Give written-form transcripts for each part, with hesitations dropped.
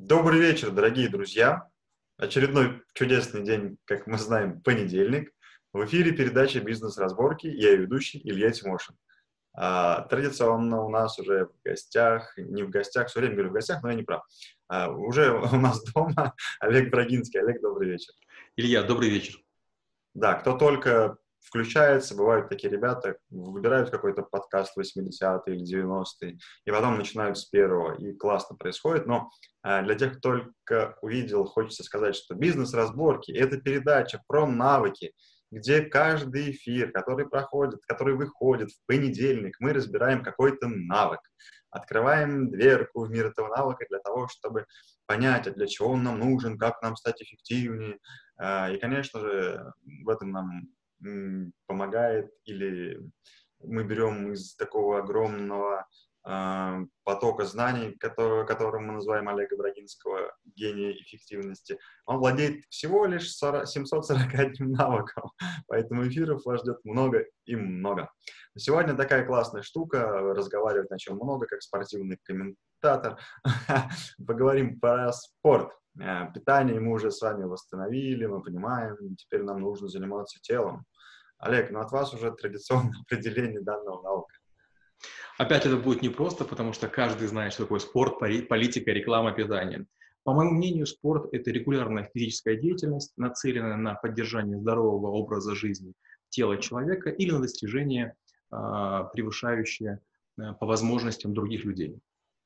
Добрый вечер, дорогие друзья. Очередной чудесный день, как мы знаем, понедельник. В эфире передача «Бизнес-разборки». Я ее ведущий Илья Тимошин. Традиционно у нас уже в гостях, не в гостях, все время говорю в гостях, но я не прав. Уже у нас дома Олег Брагинский. Олег, добрый вечер. Илья, добрый вечер. Да, кто только включается, бывают такие ребята, выбирают какой-то подкаст 80-е или 90-е, и потом начинают с первого, и классно происходит. Но для тех, кто только увидел, хочется сказать, что «Бизнес-разборки» — это передача про навыки, где каждый эфир, который проходит, который выходит в понедельник, мы разбираем какой-то навык, открываем дверку в мир этого навыка для того, чтобы понять, а для чего он нам нужен, как нам стать эффективнее. И, конечно же, в этом нам помогает, или мы берем из такого огромного потока знаний, которым мы называем Олега Брагинского гения эффективности. Он владеет всего лишь 741 навыком, поэтому эфиров вас ждет много и много. Сегодня такая классная штука, разговаривать на чем много, как спортивный комментатор. Поговорим про спорт. Питание мы уже с вами восстановили, мы понимаем, теперь нам нужно заниматься телом. Олег, от вас уже традиционное определение данного навыка. Опять это будет непросто, потому что каждый знает, что такое спорт, политика, реклама, питание. По моему мнению, спорт – это регулярная физическая деятельность, нацеленная на поддержание здорового образа жизни тела человека или на достижение, превышающее по возможностям других людей.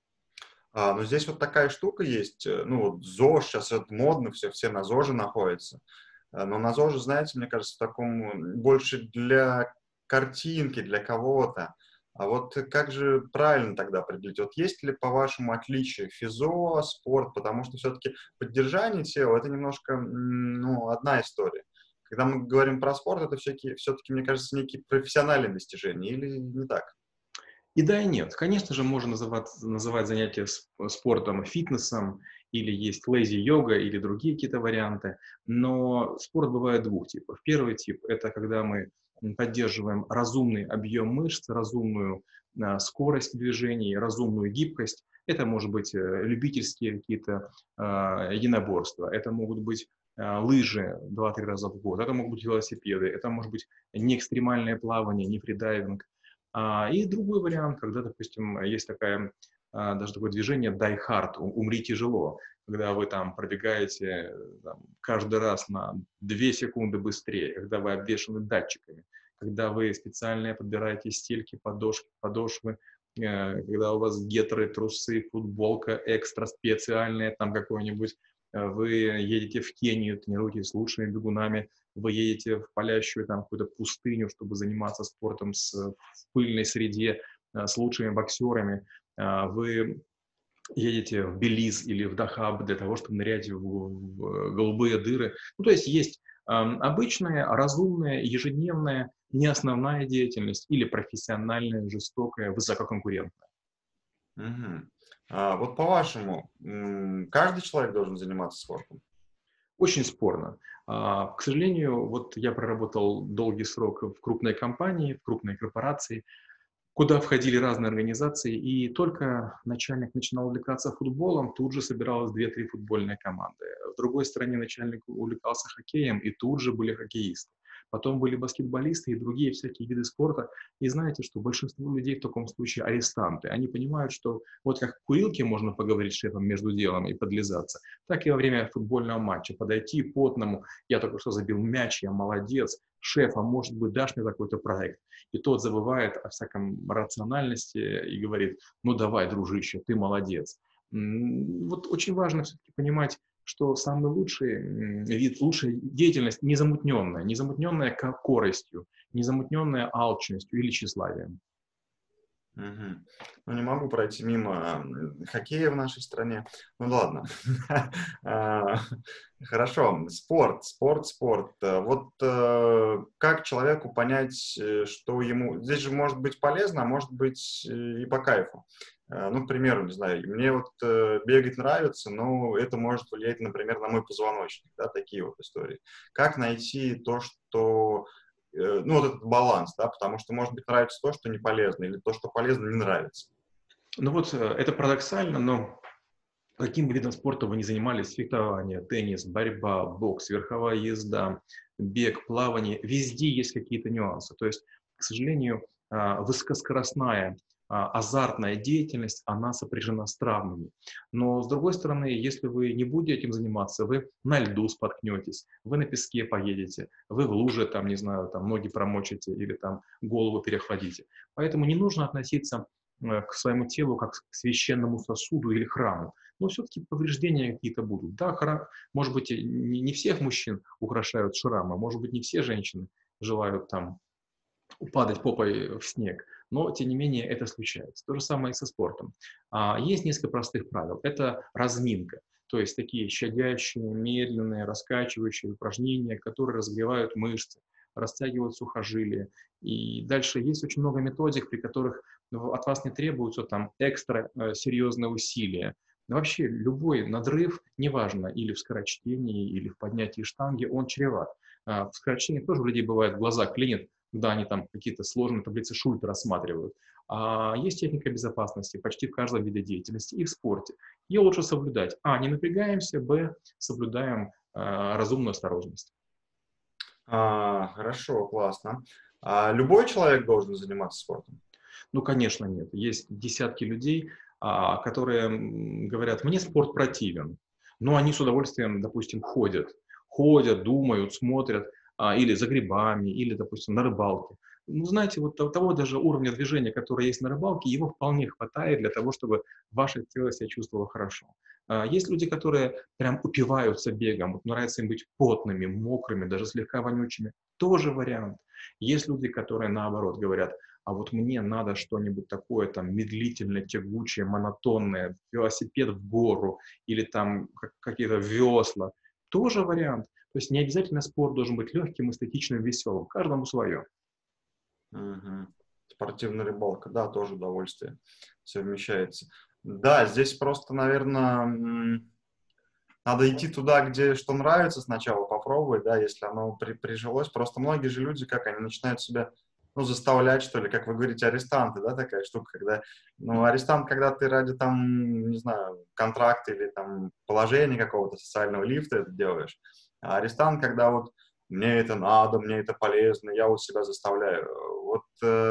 Но здесь вот такая штука есть, ЗОЖ, сейчас это модно, все на ЗОЖе находятся. Но на ЗОЖе, знаете, мне кажется, такому больше для картинки, для кого-то. А вот как же правильно тогда определить? Вот есть ли, по-вашему, отличие физо, спорт? Потому что все-таки поддержание тела — это немножко, одна история. Когда мы говорим про спорт, это все-таки, мне кажется, некие профессиональные достижения, или не так? И да, и нет. Конечно же, можно называть занятия спортом фитнесом, или есть лэзи-йога, или другие какие-то варианты. Но спорт бывает двух типов. Первый тип – это когда мы поддерживаем разумный объем мышц, разумную скорость движений, разумную гибкость. Это может быть любительские какие-то единоборства, это могут быть лыжи 2-3 раза в год, это могут быть велосипеды, это может быть не экстремальное плавание, не фридайвинг. И другой вариант, когда, допустим, есть даже такое движение die hard, умри тяжело, когда вы там пробегаете каждый раз на 2 секунды быстрее, когда вы обвешаны датчиками, когда вы специально подбираете стельки, подошвы, когда у вас гетры, трусы, футболка экстра специальная, там какой-нибудь, вы едете в Кению, тренируетесь с лучшими бегунами, вы едете в палящую какую-то пустыню, чтобы заниматься спортом в пыльной среде с лучшими боксерами, вы едете в Белиз или в Дахаб для того, чтобы нырять в голубые дыры. То есть есть обычная, разумная, ежедневная, неосновная деятельность или профессиональная, жестокая, высококонкурентная. Угу. Вот по-вашему, каждый человек должен заниматься спортом? Очень спорно. К сожалению, вот я проработал долгий срок в крупной компании, в крупной корпорации, куда входили разные организации, и только начальник начинал увлекаться футболом, тут же собиралось 2-3 футбольные команды. В другой стране начальник увлекался хоккеем, и тут же были хоккеисты. Потом были баскетболисты и другие всякие виды спорта. И знаете, что большинство людей в таком случае арестанты. Они понимают, что вот как в курилке можно поговорить с шефом между делом и подлизаться, так и во время футбольного матча подойти потному: я только что забил мяч, я молодец, шеф, а может быть дашь мне такой-то проект? И тот забывает о всяком рациональности и говорит: ну давай, дружище, ты молодец. Вот очень важно все-таки понимать, что самый лучший вид, лучшая деятельность незамутненная коростью, незамутненная алчностью или тщеславием. Мгм. Не могу пройти мимо хоккея в нашей стране. Ну ладно. А, Хорошо. Спорт. Вот как человеку понять, что ему... Здесь же может быть полезно, а может быть и по кайфу. К примеру, не знаю, мне вот бегать нравится, но это может влиять, например, на мой позвоночник, да, такие вот истории. Как найти то, что вот этот баланс, да, потому что, может быть, нравится то, что не полезно, или то, что полезно, не нравится. Это парадоксально, но каким бы видом спорта вы ни занимались, фехтование, теннис, борьба, бокс, верховая езда, бег, плавание, везде есть какие-то нюансы. То есть, к сожалению, высокоскоростная, азартная деятельность, она сопряжена с травмами. Но, с другой стороны, если вы не будете этим заниматься, вы на льду споткнетесь, вы на песке поедете, вы в луже, там, не знаю, там, ноги промочите или там голову переохладите. Поэтому не нужно относиться к своему телу как к священному сосуду или храму. Но все-таки повреждения какие-то будут. Да, может быть, не всех мужчин украшают шрамы, может быть, не все женщины желают там падать попой в снег, но, тем не менее, это случается. То же самое и со спортом. Есть несколько простых правил. Это разминка, то есть такие щадящие, медленные, раскачивающие упражнения, которые разогревают мышцы, растягивают сухожилия. И дальше есть очень много методик, при которых от вас не требуются там экстра серьезные усилия. Но вообще любой надрыв, неважно, или в скорочтении, или в поднятии штанги, он чреват. В скорочтении тоже у людей бывает глаза клинит, когда они там какие-то сложные таблицы Шульта рассматривают. А есть техника безопасности почти в каждом виде деятельности и в спорте. Ее лучше соблюдать. Не напрягаемся, соблюдаем разумную осторожность. Хорошо, классно. Любой человек должен заниматься спортом? Ну, конечно, нет. Есть десятки людей, которые говорят, мне спорт противен, но они с удовольствием, допустим, ходят, думают, смотрят, или за грибами, или, допустим, на рыбалке. Ну, знаете, вот того даже уровня движения, который есть на рыбалке, его вполне хватает для того, чтобы ваше тело себя чувствовало хорошо. Есть люди, которые прям упиваются бегом, вот нравится им быть потными, мокрыми, даже слегка вонючими. Тоже вариант. Есть люди, которые наоборот говорят, а вот мне надо что-нибудь такое там медлительное, тягучее, монотонное, велосипед в гору или там какие-то весла. Тоже вариант. То есть не обязательно спорт должен быть легким, эстетичным, веселым. Каждому свое. Мгм. Спортивная рыбалка, да, тоже удовольствие совмещается. Да, здесь просто, наверное, надо идти туда, где что нравится сначала, попробовать, да, если оно прижилось. Просто многие же люди, как они начинают себя, ну, заставлять, что ли, как вы говорите, арестанты, да, такая штука, когда, ну, арестант, когда ты ради, там, не знаю, контракта или, там, положения какого-то социального лифта это делаешь, а арестант, когда вот мне это надо, мне это полезно, я вот себя заставляю. Вот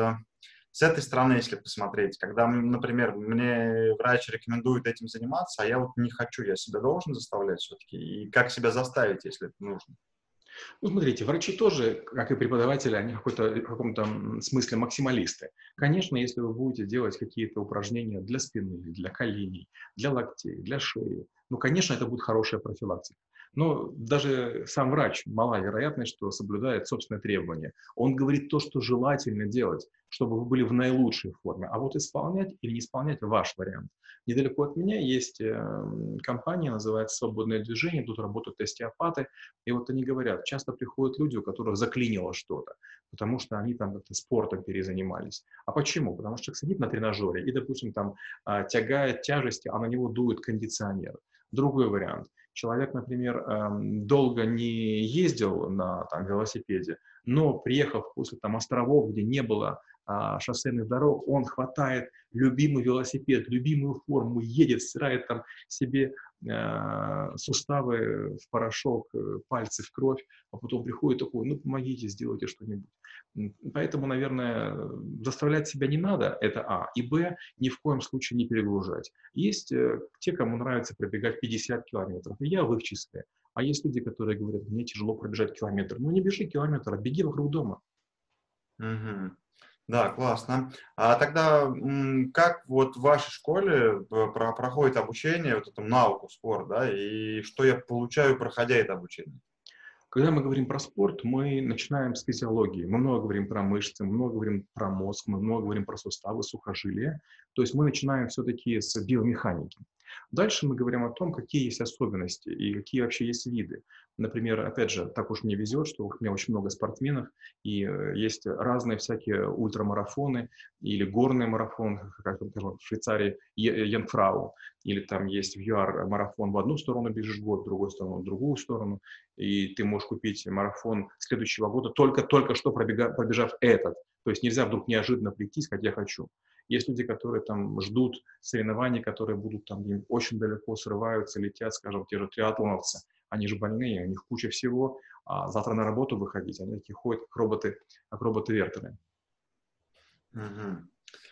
с этой стороны, если посмотреть, когда, например, мне врач рекомендует этим заниматься, а я вот не хочу, я себя должен заставлять все-таки? И как себя заставить, если это нужно? Ну, смотрите, врачи тоже, как и преподаватели, они в каком-то смысле максималисты. Конечно, если вы будете делать какие-то упражнения для спины, для коленей, для локтей, для шеи, ну, конечно, это будет хорошая профилактика. Но даже сам врач, малая вероятность, что соблюдает собственные требования. Он говорит то, что желательно делать, чтобы вы были в наилучшей форме. А вот исполнять или не исполнять – ваш вариант. Недалеко от меня есть компания, называется «Свободное движение», тут работают остеопаты, и вот они говорят, часто приходят люди, у которых заклинило что-то, потому что они там как-то спортом перезанимались. А почему? Потому что человек сидит на тренажере и, допустим, там тягает тяжести, а на него дует кондиционер. Другой вариант. Человек, например, долго не ездил на там, велосипеде, но приехав после там, островов, где не было шоссейных дорог, он хватает любимый велосипед, любимую форму, едет, стирает там себе суставы в порошок, пальцы в кровь, а потом приходит такой, ну, помогите, сделайте что-нибудь. Поэтому, наверное, заставлять себя не надо, это и ни в коем случае не перегружать. Есть те, кому нравится пробегать 50 километров, и я в их числе. А есть люди, которые говорят, мне тяжело пробежать километр. Ну, не бежи километр, а беги вокруг дома. Мгм. Да, классно. А тогда как вот в вашей школе проходит обучение вот этому навыку спорт, да, и что я получаю, проходя это обучение? Когда мы говорим про спорт, мы начинаем с физиологии. Мы много говорим про мышцы, мы много говорим про мозг, мы много говорим про суставы, сухожилия. То есть мы начинаем все-таки с биомеханики. Дальше мы говорим о том, какие есть особенности и какие вообще есть виды. Например, опять же, так уж мне везет, что у меня очень много спортсменов, и есть разные всякие ультрамарафоны или горные марафоны, как в Швейцарии, Янфрау, или там есть в ЮАР марафон в одну сторону бежишь год, в другую сторону, в другую сторону, и ты можешь купить марафон следующего года только что пробежав этот. То есть нельзя вдруг неожиданно прийти и сказать, я хочу. Есть люди, которые там ждут соревнований, которые будут там где-нибудь очень далеко срываются, летят, скажем, те же триатлоновцы. Они же больные, у них куча всего, а завтра на работу выходить, они такие ходят, как роботы-вертеры. Мгм.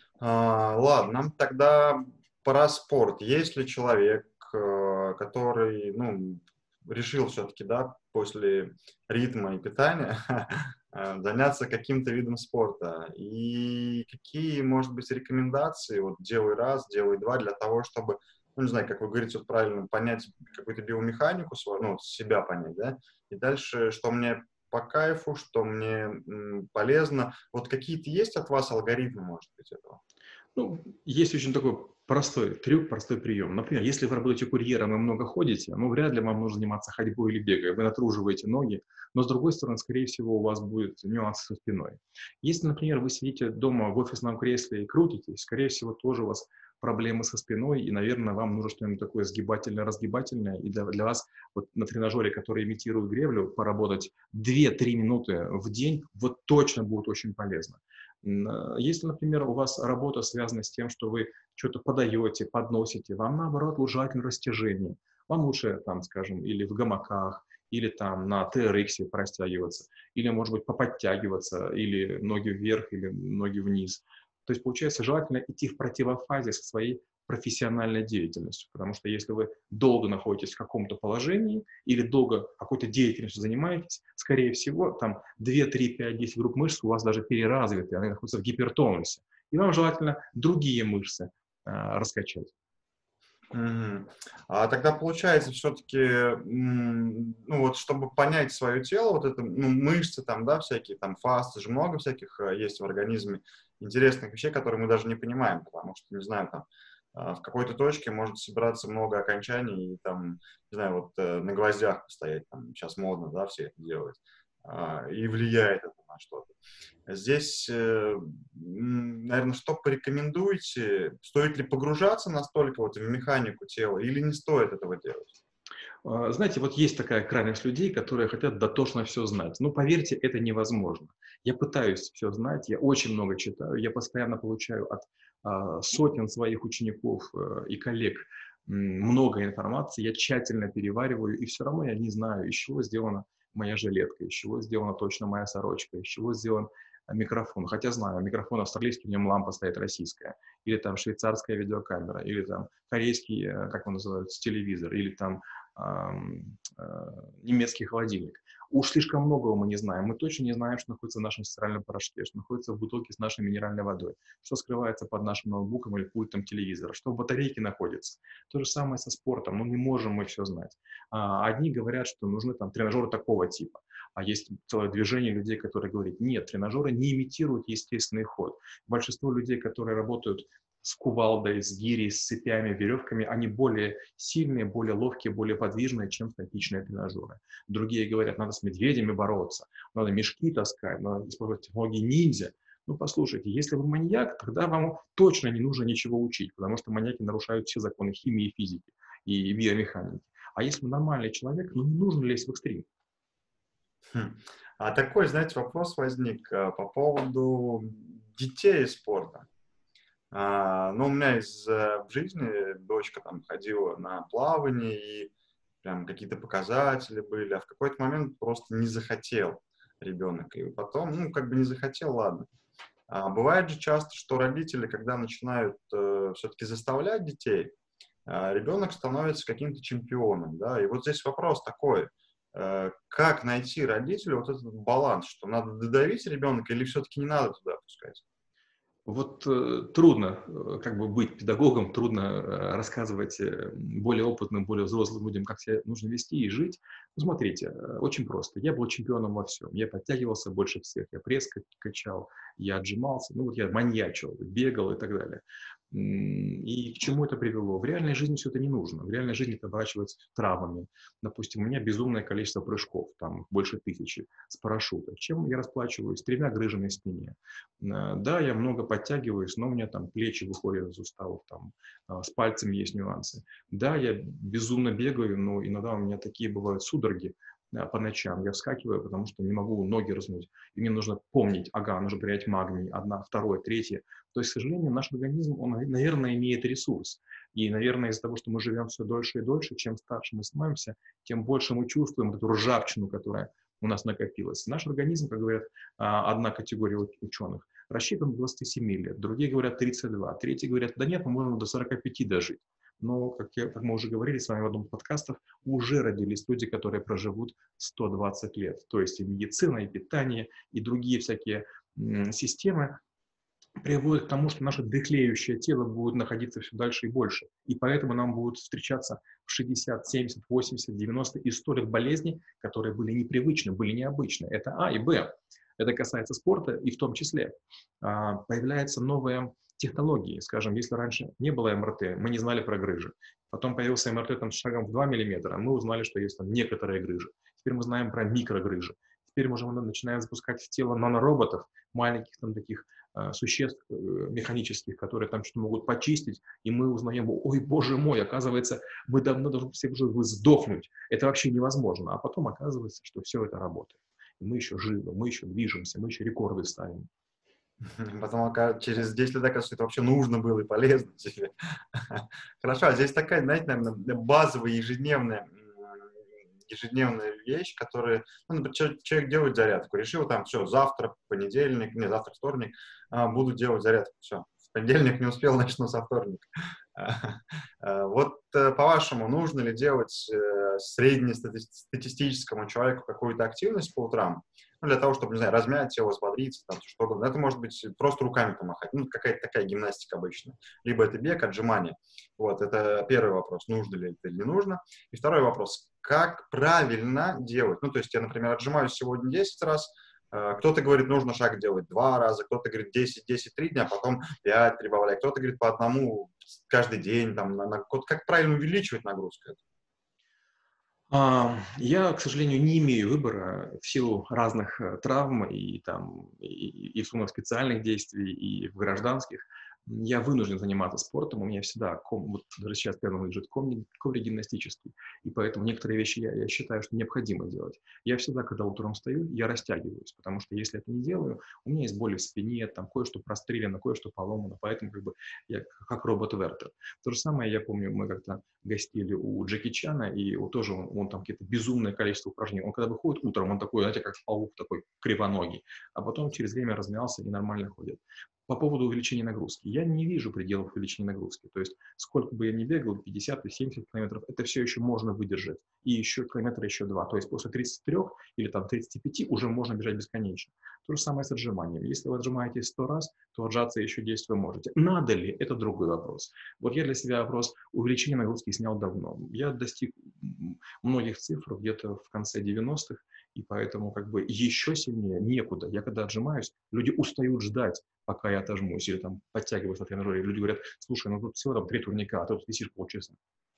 Ладно, тогда про спорт. Есть ли человек, который, ну, решил все-таки, да, после ритма и питания заняться каким-то видом спорта? И какие, может быть, рекомендации, вот делай раз, делай два, для того, чтобы, ну, не знаю, как вы говорите, вот правильно понять какую-то биомеханику свою, ну, вот себя понять, да, и дальше, что мне по кайфу, что мне полезно. Вот какие-то есть от вас алгоритмы, может быть, этого? Ну, есть очень такой простой трюк, простой прием. Например, если вы работаете курьером и много ходите, ну, вряд ли вам нужно заниматься ходьбой или бегом. Вы натруживаете ноги, но, с другой стороны, скорее всего, у вас будет нюанс со спиной. Если, например, вы сидите дома в офисном кресле и крутитесь, скорее всего, тоже у вас проблемы со спиной, и, наверное, вам нужно что-нибудь такое сгибательное, разгибательное, и для вас вот на тренажере, который имитирует гревлю, поработать 2-3 минуты в день, вот точно будет очень полезно. Если, например, у вас работа связана с тем, что вы что-то подаете, подносите, вам, наоборот, желательно растяжение. Вам лучше, там, скажем, или в гамаках, или там на TRX порастягиваться, или, может быть, поподтягиваться, или ноги вверх, или ноги вниз. То есть, получается, желательно идти в противофазе со своей профессиональной деятельностью, потому что если вы долго находитесь в каком-то положении или долго какой-то деятельностью занимаетесь, скорее всего, там 2, 3, 5, 10 групп мышц у вас даже переразвиты, они находятся в гипертонусе. И вам желательно другие мышцы раскачать. Мгм. А тогда получается все-таки, ну вот, чтобы понять свое тело, вот это, ну, мышцы там, да, всякие там фасты, же много всяких есть в организме интересных вещей, которые мы даже не понимаем, потому что, не знаю, там, в какой-то точке может собираться много окончаний, и там, не знаю, вот на гвоздях постоять, там, сейчас модно, да, все это делают, и влияет это на что-то. Здесь, наверное, что порекомендуете? Стоит ли погружаться настолько вот в механику тела или не стоит этого делать? Знаете, вот есть такая крайность людей, которые хотят дотошно все знать. Ну, поверьте, это невозможно. Я пытаюсь все знать, я очень много читаю, я постоянно получаю от сотен своих учеников и коллег много информации, я тщательно перевариваю, и все равно я не знаю, из чего сделана моя жилетка, из чего сделана точно моя сорочка, из чего сделан микрофон. Хотя знаю, микрофон австралийский, в нем лампа стоит российская, или там швейцарская видеокамера, или там корейский, как он называется, телевизор, или там немецкий холодильник. Уж слишком многого мы не знаем. Мы точно не знаем, что находится в нашем стиральном порошке, что находится в бутылке с нашей минеральной водой, что скрывается под нашим ноутбуком или пультом телевизора, что в батарейке находится. То же самое со спортом. Ну, не можем мы все знать. Одни говорят, что нужны там тренажеры такого типа. А есть целое движение людей, которые говорят, нет, тренажеры не имитируют естественный ход. Большинство людей, которые работают с кувалдой, с гирей, с цепями, веревками, они более сильные, более ловкие, более подвижные, чем статичные тренажеры. Другие говорят, надо с медведями бороться, надо мешки таскать, надо использовать технологии ниндзя. Ну, послушайте, если вы маньяк, тогда вам точно не нужно ничего учить, потому что маньяки нарушают все законы химии и физики и биомеханики. А если вы нормальный человек, ну, не нужно лезть в экстрим. Хм. А такой, знаете, вопрос возник по поводу детей и спорта. Ну, у меня в жизни дочка там ходила на плавание, и прям какие-то показатели были, а в какой-то момент просто не захотел ребенок. И потом, ну, как бы не захотел, ладно. Бывает же часто, что родители, когда начинают все-таки заставлять детей, ребенок становится каким-то чемпионом, да, и вот здесь вопрос такой, как найти родителю вот этот баланс, что надо додавить ребенка или все-таки не надо туда пускать? Вот трудно как бы быть педагогом, трудно рассказывать более опытным, более взрослым людям, как себя нужно вести и жить. Ну, смотрите, очень просто. Я был чемпионом во всем. Я подтягивался больше всех, я пресс качал, я отжимался, ну вот я маньячил, бегал и так далее. И к чему это привело? В реальной жизни все это не нужно. В реальной жизни это оборачивается травмами. Допустим, у меня безумное количество прыжков, там больше 1000 с парашюта. Чем я расплачиваюсь? 3 грыжами в спине. Да, я много подтягиваюсь, но у меня там плечи выходят из суставов, там с пальцами есть нюансы. Да, я безумно бегаю, но иногда у меня такие бывают судороги, по ночам. Я вскакиваю, потому что не могу ноги размять. И мне нужно помнить, ага, нужно принять магний, одна, второе, третье. То есть, к сожалению, наш организм, он, наверное, имеет ресурс. И, наверное, из-за того, что мы живем все дольше и дольше, чем старше мы становимся, тем больше мы чувствуем эту ржавчину, которая у нас накопилась. Наш организм, как говорят одна категория ученых, рассчитан до 27 лет, другие говорят 32, третьи говорят, да нет, мы можем до 45 дожить. Но, как мы уже говорили с вами в одном из подкастов, уже родились люди, которые проживут 120 лет. То есть и медицина, и питание, и другие всякие системы приводят к тому, что наше дыхлеющее тело будет находиться все дальше и больше. И поэтому нам будут встречаться в 60, 70, 80, 90 и 100 лет болезней, которые были непривычны, были необычны. Это А и Б. Это касается спорта и в том числе. Появляются новые технологии. Скажем, если раньше не было МРТ, мы не знали про грыжи. Потом появился МРТ там, с шагом в 2 мм, мы узнали, что есть там некоторые грыжи. Теперь мы знаем про микрогрыжи. Теперь мы уже начинаем запускать в тело нанороботов, маленьких там таких существ механических, которые там что-то могут почистить, и мы узнаем, ой, боже мой, оказывается, мы давно должны все уже сдохнуть. Это вообще невозможно. А потом оказывается, что все это работает. И мы еще живы, мы еще движемся, мы еще рекорды ставим. Потом через 10 лет оказывается, что это вообще нужно было и полезно тебе. Хорошо, а здесь такая, знаете, наверное, базовая ежедневная вещь, которая, ну, например, человек делает зарядку, решил там, все, завтра, понедельник, не, завтра вторник, буду делать зарядку, все. В понедельник не успел, начну со вторника. Вот, по-вашему, нужно ли делать среднестатистическому человеку какую-то активность по утрам, ну, для того, чтобы, не знаю, размять тело, взбодриться, там, что угодно. Это может быть просто руками помахать, ну, какая-то такая гимнастика обычная. Либо это бег, отжимания. Вот, это первый вопрос, нужно ли это или не нужно. И второй вопрос, как правильно делать? Ну, то есть я, например, отжимаюсь сегодня 10 раз, кто-то говорит, нужно шаг делать 2 раза, кто-то говорит 10 3 дня, потом 5 прибавляй, кто-то говорит по одному каждый день, там, как правильно увеличивать нагрузку? Я, к сожалению, не имею выбора в силу разных травм и, там, и в суммах специальных действий, и в гражданских. Я вынужден заниматься спортом, у меня всегда, вот даже сейчас прямо лежит коврик гимнастический, и поэтому некоторые вещи я считаю, что необходимо делать. Я всегда, когда утром встаю, я растягиваюсь, потому что если это не делаю, у меня есть боли в спине, там кое-что прострелено, кое-что поломано, поэтому как бы я как робот-вертер. То же самое, я помню, мы как-то гостили у Джеки Чана, и тоже он там какие-то безумное количество упражнений. Он когда выходит утром, он такой, знаете, как паук такой кривоногий, а потом через время размялся и нормально ходит. По поводу увеличения нагрузки. Я не вижу пределов увеличения нагрузки. То есть, сколько бы я ни бегал, 50 или 70 километров, это все еще можно выдержать. И еще километра еще 2. То есть, после 33 или там 35 уже можно бежать бесконечно. То же самое с отжиманием. Если вы отжимаетесь 100 раз, то отжаться еще 10 вы можете. Надо ли? Это другой вопрос. Вот я для себя вопрос увеличения нагрузки снял давно. Я достиг многих цифр где-то в конце 90-х, и поэтому как бы еще сильнее некуда. Я когда отжимаюсь, люди устают ждать, пока я отожмусь, или там подтягиваюсь на тренажере. Люди говорят, слушай, ну тут всего там 3 турника, а тут висишь полчаса.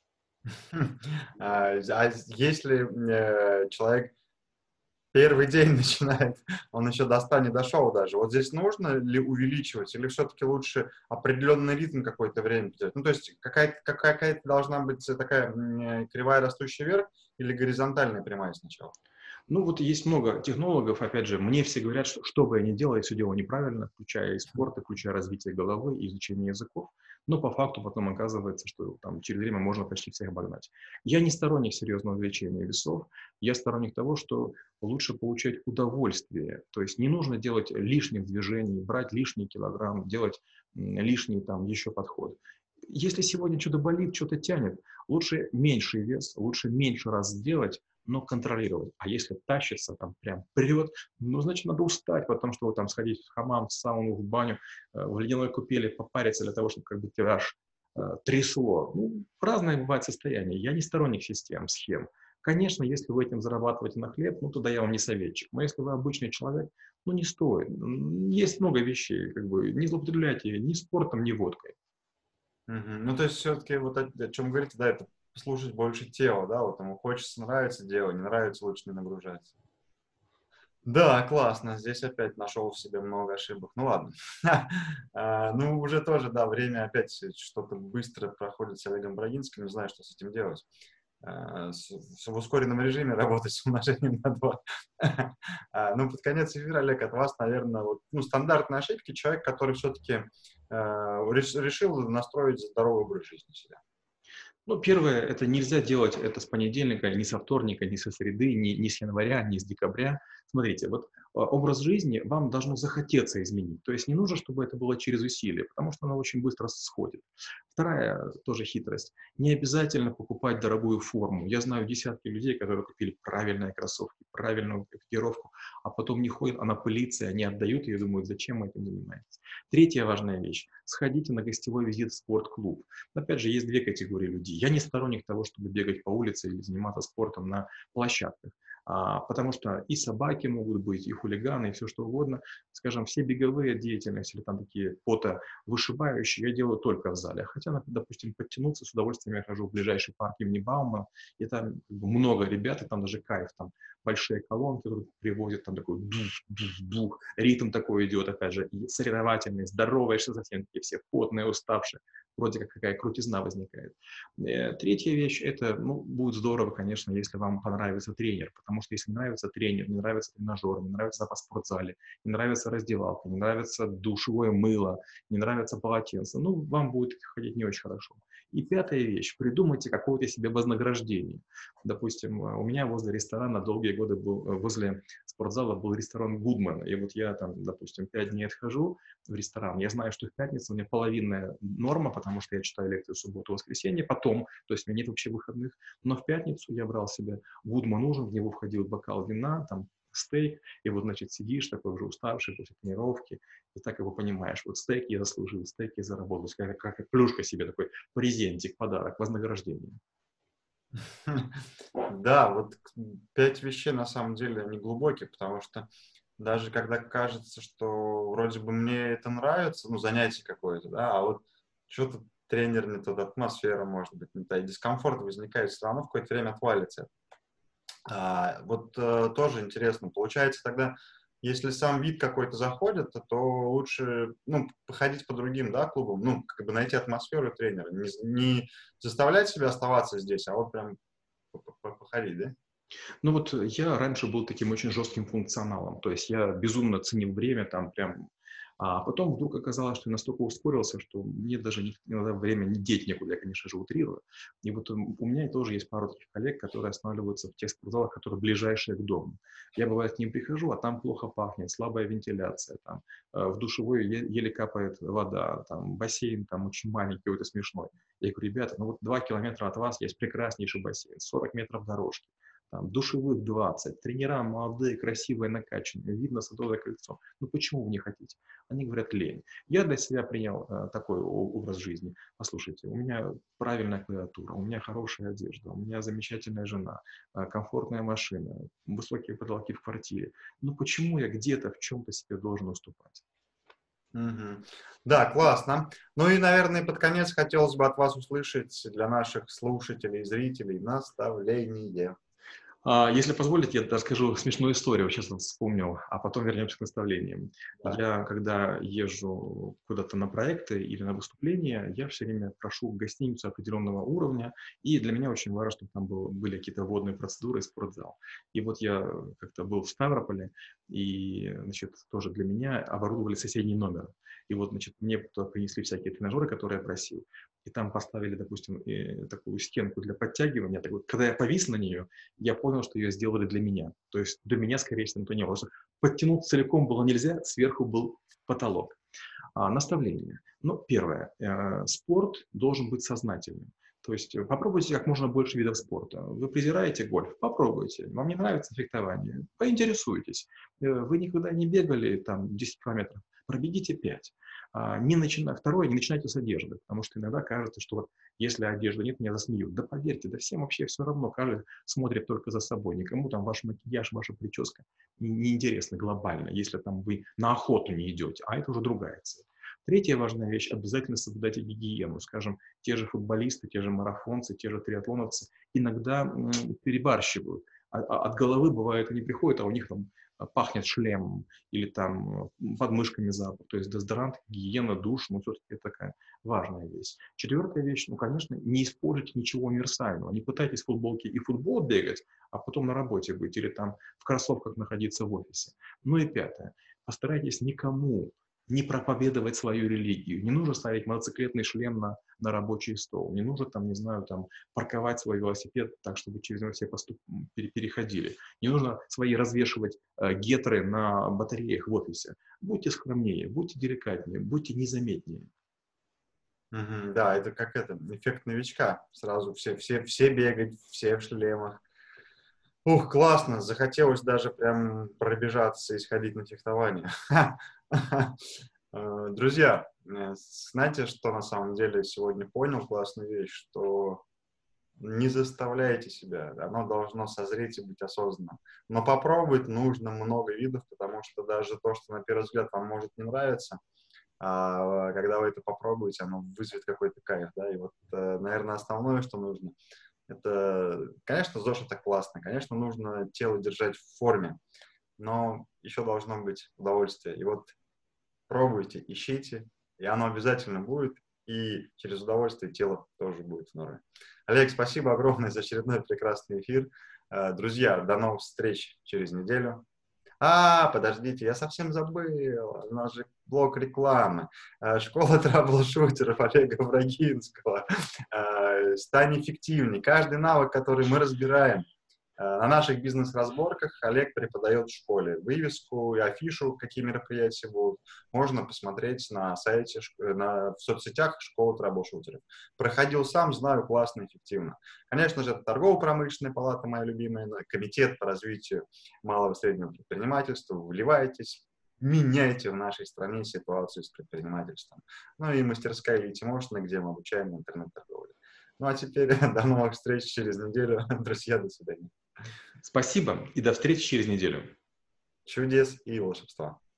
А если человек первый день начинает, он еще до 100 не дошел даже, вот здесь нужно ли увеличивать, или все-таки лучше определенный ритм какое-то время делать? Ну, то есть какая-то должна быть такая кривая растущая вверх или горизонтальная прямая сначала? Ну, вот есть много технологов, опять же, мне все говорят, что бы я ни делал, я все делаю неправильно, включая и спорт, и включая развитие головы, и изучение языков, но по факту потом оказывается, что там через время можно почти всех обогнать. Я не сторонник серьезного увеличения весов, я сторонник того, что лучше получать удовольствие, то есть не нужно делать лишних движений, брать лишние килограмм, делать лишний там еще подход. Если сегодня что-то болит, что-то тянет, лучше меньший вес, лучше меньше раз сделать, но контролировать. А если тащится, там прям прет, ну, значит, надо устать, потому что вот там сходить в хамам, в сауну, в баню, в ледяной купели попариться для того, чтобы как бы тебя аж трясло. Ну, разное бывает состояние. Я не сторонник систем, схем. Конечно, если вы этим зарабатываете на хлеб, ну, тогда я вам не советчик. Но если вы обычный человек, ну, не стоит. Есть много вещей, как бы, не злоупотребляйте ни спортом, ни водкой. Мгм. Ну, то есть все-таки вот о чем говорите, да, это слушать больше тела, да, вот ему хочется, нравится дело, не нравится, лучше не нагружаться. Да, классно. Здесь опять нашел в себе много ошибок. Ну ладно. Ну, уже тоже, да, время опять что-то быстро проходит с Олегом Брагинским. Не знаю, что с этим делать. в ускоренном режиме работать с умножением на 2. Ну, под конец эфира, Олег, от вас, наверное, вот, ну, стандартные ошибки человек, который все-таки решил настроить здоровый образ жизни себя. Ну, первое, это нельзя делать это с понедельника, ни со вторника, ни со среды, ни с января, ни с декабря. Смотрите, вот образ жизни вам должно захотеться изменить. То есть не нужно, чтобы это было через усилие, потому что оно очень быстро сходит. Вторая тоже хитрость. Не обязательно покупать дорогую форму. Я знаю десятки людей, которые купили правильные кроссовки, правильную экипировку, а потом не ходят, она пылится, они отдают ее и думают, зачем вы этим занимаетесь. Третья важная вещь. Сходите на гостевой визит в спортклуб. Опять же, есть две категории людей. Я не сторонник того, чтобы бегать по улице или заниматься спортом на площадках, потому что и собаки могут быть, и хулиганы, и все что угодно. Скажем, все беговые деятельности или там такие потовышибающие я делаю только в зале. Хотя, допустим, подтянуться с удовольствием я хожу в ближайший парк имени Баума, и там много ребят, и там даже кайф, там большие колонки привозят, там такой бух-бух-бух, ритм такой идет, опять же, и соревновательный, здороваешься совсем, такие все потные, уставшие, вроде как какая крутизна возникает. Третья вещь, это, ну, будет здорово, конечно, если вам понравится тренер, потому что если нравится тренер, не нравится тренажер, не нравится запас в спортзале, не нравится раздевалка, не нравится душевое мыло, не нравится полотенце, ну, вам будет ходить не очень хорошо. И пятая вещь, придумайте какое-то себе вознаграждение. Допустим, у меня возле ресторана долгие годы был, возле спортзала был ресторан Гудман, и вот я там, допустим, 5 дней отхожу в ресторан, я знаю, что в пятницу у меня половинная норма, потому что я читаю лекцию в субботу, воскресенье, потом, то есть у меня нет вообще выходных, но в пятницу я брал себе Гудман ужин, в него входил бокал вина, там стейк, и вот, значит, сидишь такой уже уставший после тренировки, и так его понимаешь, вот стейк я заслужил, стейк я заработал, как плюшка себе такой, презентик, подарок, вознаграждение. Да, вот 5 вещей на самом деле не глубокие, потому что даже когда кажется, что вроде бы мне это нравится, ну, занятие какое-то, да, а вот что-то тренер не тот, атмосфера может быть не та, и дискомфорт возникает, все равно в какое-то время отвалится. Тоже интересно, получается тогда, если сам вид какой-то заходит, то лучше, ну, походить по другим, да, клубам, ну, как бы найти атмосферу тренера, не заставлять себя оставаться здесь, а вот прям походить, да? Ну вот я раньше был таким очень жестким функционалом, то есть я безумно ценил время, там прям, а потом вдруг оказалось, что я настолько ускорился, что мне даже иногда время деть некуда, я, конечно же, утрирую. И вот у меня тоже есть пару таких коллег, которые останавливаются в тех спортзалах, которые ближайшие к дому. Я, бывает, к ним прихожу, а там плохо пахнет, слабая вентиляция, там в душевой еле капает вода, там бассейн там очень маленький, какой-то смешной. Я говорю, ребята, ну вот 2 километра от вас есть прекраснейший бассейн, 40 метров дорожки. Там, душевых 20, тренера молодые, красивые, накачанные, видно Садовое кольцо. Ну почему вы не хотите? Они говорят, лень. Я для себя принял такой образ жизни. Послушайте, у меня правильная клавиатура, у меня хорошая одежда, у меня замечательная жена, комфортная машина, высокие потолки в квартире. Ну почему я где-то в чем-то себе должен уступать? Мгм. Да, классно. Ну и, наверное, под конец хотелось бы от вас услышать для наших слушателей и зрителей наставление. Если позволите, я расскажу смешную историю, сейчас вот вспомнил, а потом вернемся к наставлениям. Да. Я, когда езжу куда-то на проекты или на выступления, я все время прошу гостиницу определенного уровня, и для меня очень важно, чтобы там были какие-то водные процедуры и спортзал. И вот я как-то был в Ставрополе, и, значит, тоже для меня оборудовали соседний номер. И вот, значит, мне туда принесли всякие тренажеры, которые я просил, и там поставили, допустим, такую стенку для подтягивания. Так вот, когда я повис на нее, я понял, что ее сделали для меня. То есть для меня, скорее всего, никто не был. Подтянуться целиком было нельзя, сверху был потолок. Наставление. Ну, первое. Спорт должен быть сознательным. То есть попробуйте как можно больше видов спорта. Вы презираете гольф? Попробуйте. Вам не нравится фехтование? Поинтересуйтесь. Вы никогда не бегали там 10 километров? Пробегите 5. Второе, не начинайте с одежды, потому что иногда кажется, что вот если одежды нет, меня засмеют. Да поверьте, да всем вообще все равно, каждый смотрит только за собой. Никому там ваш макияж, ваша прическа не интересна глобально, если там вы на охоту не идете, а это уже другая цель. Третья важная вещь – обязательно соблюдайте гигиену. Скажем, те же футболисты, те же марафонцы, те же триатлоновцы иногда перебарщивают. От головы бывает, они приходят, а у них там пахнет шлемом или там под мышками запах. То есть дезодорант, гигиена, душ, ну, все-таки это такая важная вещь. Четвертая вещь, ну, конечно, не используйте ничего универсального. Не пытайтесь в футболке и футбол бегать, а потом на работе быть или там в кроссовках находиться в офисе. Ну и пятое. Постарайтесь никому не проповедовать свою религию. Не нужно ставить мотоциклетный шлем на рабочий стол. Не нужно там, не знаю, там парковать свой велосипед так, чтобы через него все переходили. Не нужно свои развешивать гетры на батареях в офисе. Будьте скромнее, будьте деликатнее, будьте незаметнее. Мгм, да, это как эффект новичка. Сразу все бегать, все в шлемах. Ух, классно, захотелось даже прям пробежаться и сходить на фехтование. Друзья, знаете, что на самом деле сегодня понял классную вещь, что не заставляйте себя, оно должно созреть и быть осознанным. Но попробовать нужно много видов, потому что даже то, что на первый взгляд вам может не нравиться, когда вы это попробуете, оно вызовет какой-то кайф, да, и вот, наверное, основное, что нужно, это, конечно, ЗОЖ это классно, конечно, нужно тело держать в форме, но еще должно быть удовольствие. И вот пробуйте, ищите, и оно обязательно будет, и через удовольствие тело тоже будет в норме. Олег, спасибо огромное за очередной прекрасный эфир. Друзья, до новых встреч через неделю. Подождите, я совсем забыл. У нас же блок рекламы. Школа трэбл-шутеров Олега Брагинского. Стань эффективнее. Каждый навык, который мы разбираем на наших бизнес-разборках, Олег преподает в школе. Вывеску и афишу, какие мероприятия будут, можно посмотреть на сайте, в соцсетях школы трэбл-шутеров. Проходил сам, знаю, классно, эффективно. Конечно же, это торгово-промышленная палата, моя любимая, комитет по развитию малого и среднего предпринимательства. Вливайтесь, меняйте в нашей стране ситуацию с предпринимательством. Ну и мастерская Elite Motion, где мы обучаем интернет-торговле. Ну а теперь до новых встреч через неделю. Друзья, до свидания. Спасибо и до встречи через неделю. Чудес и волшебства.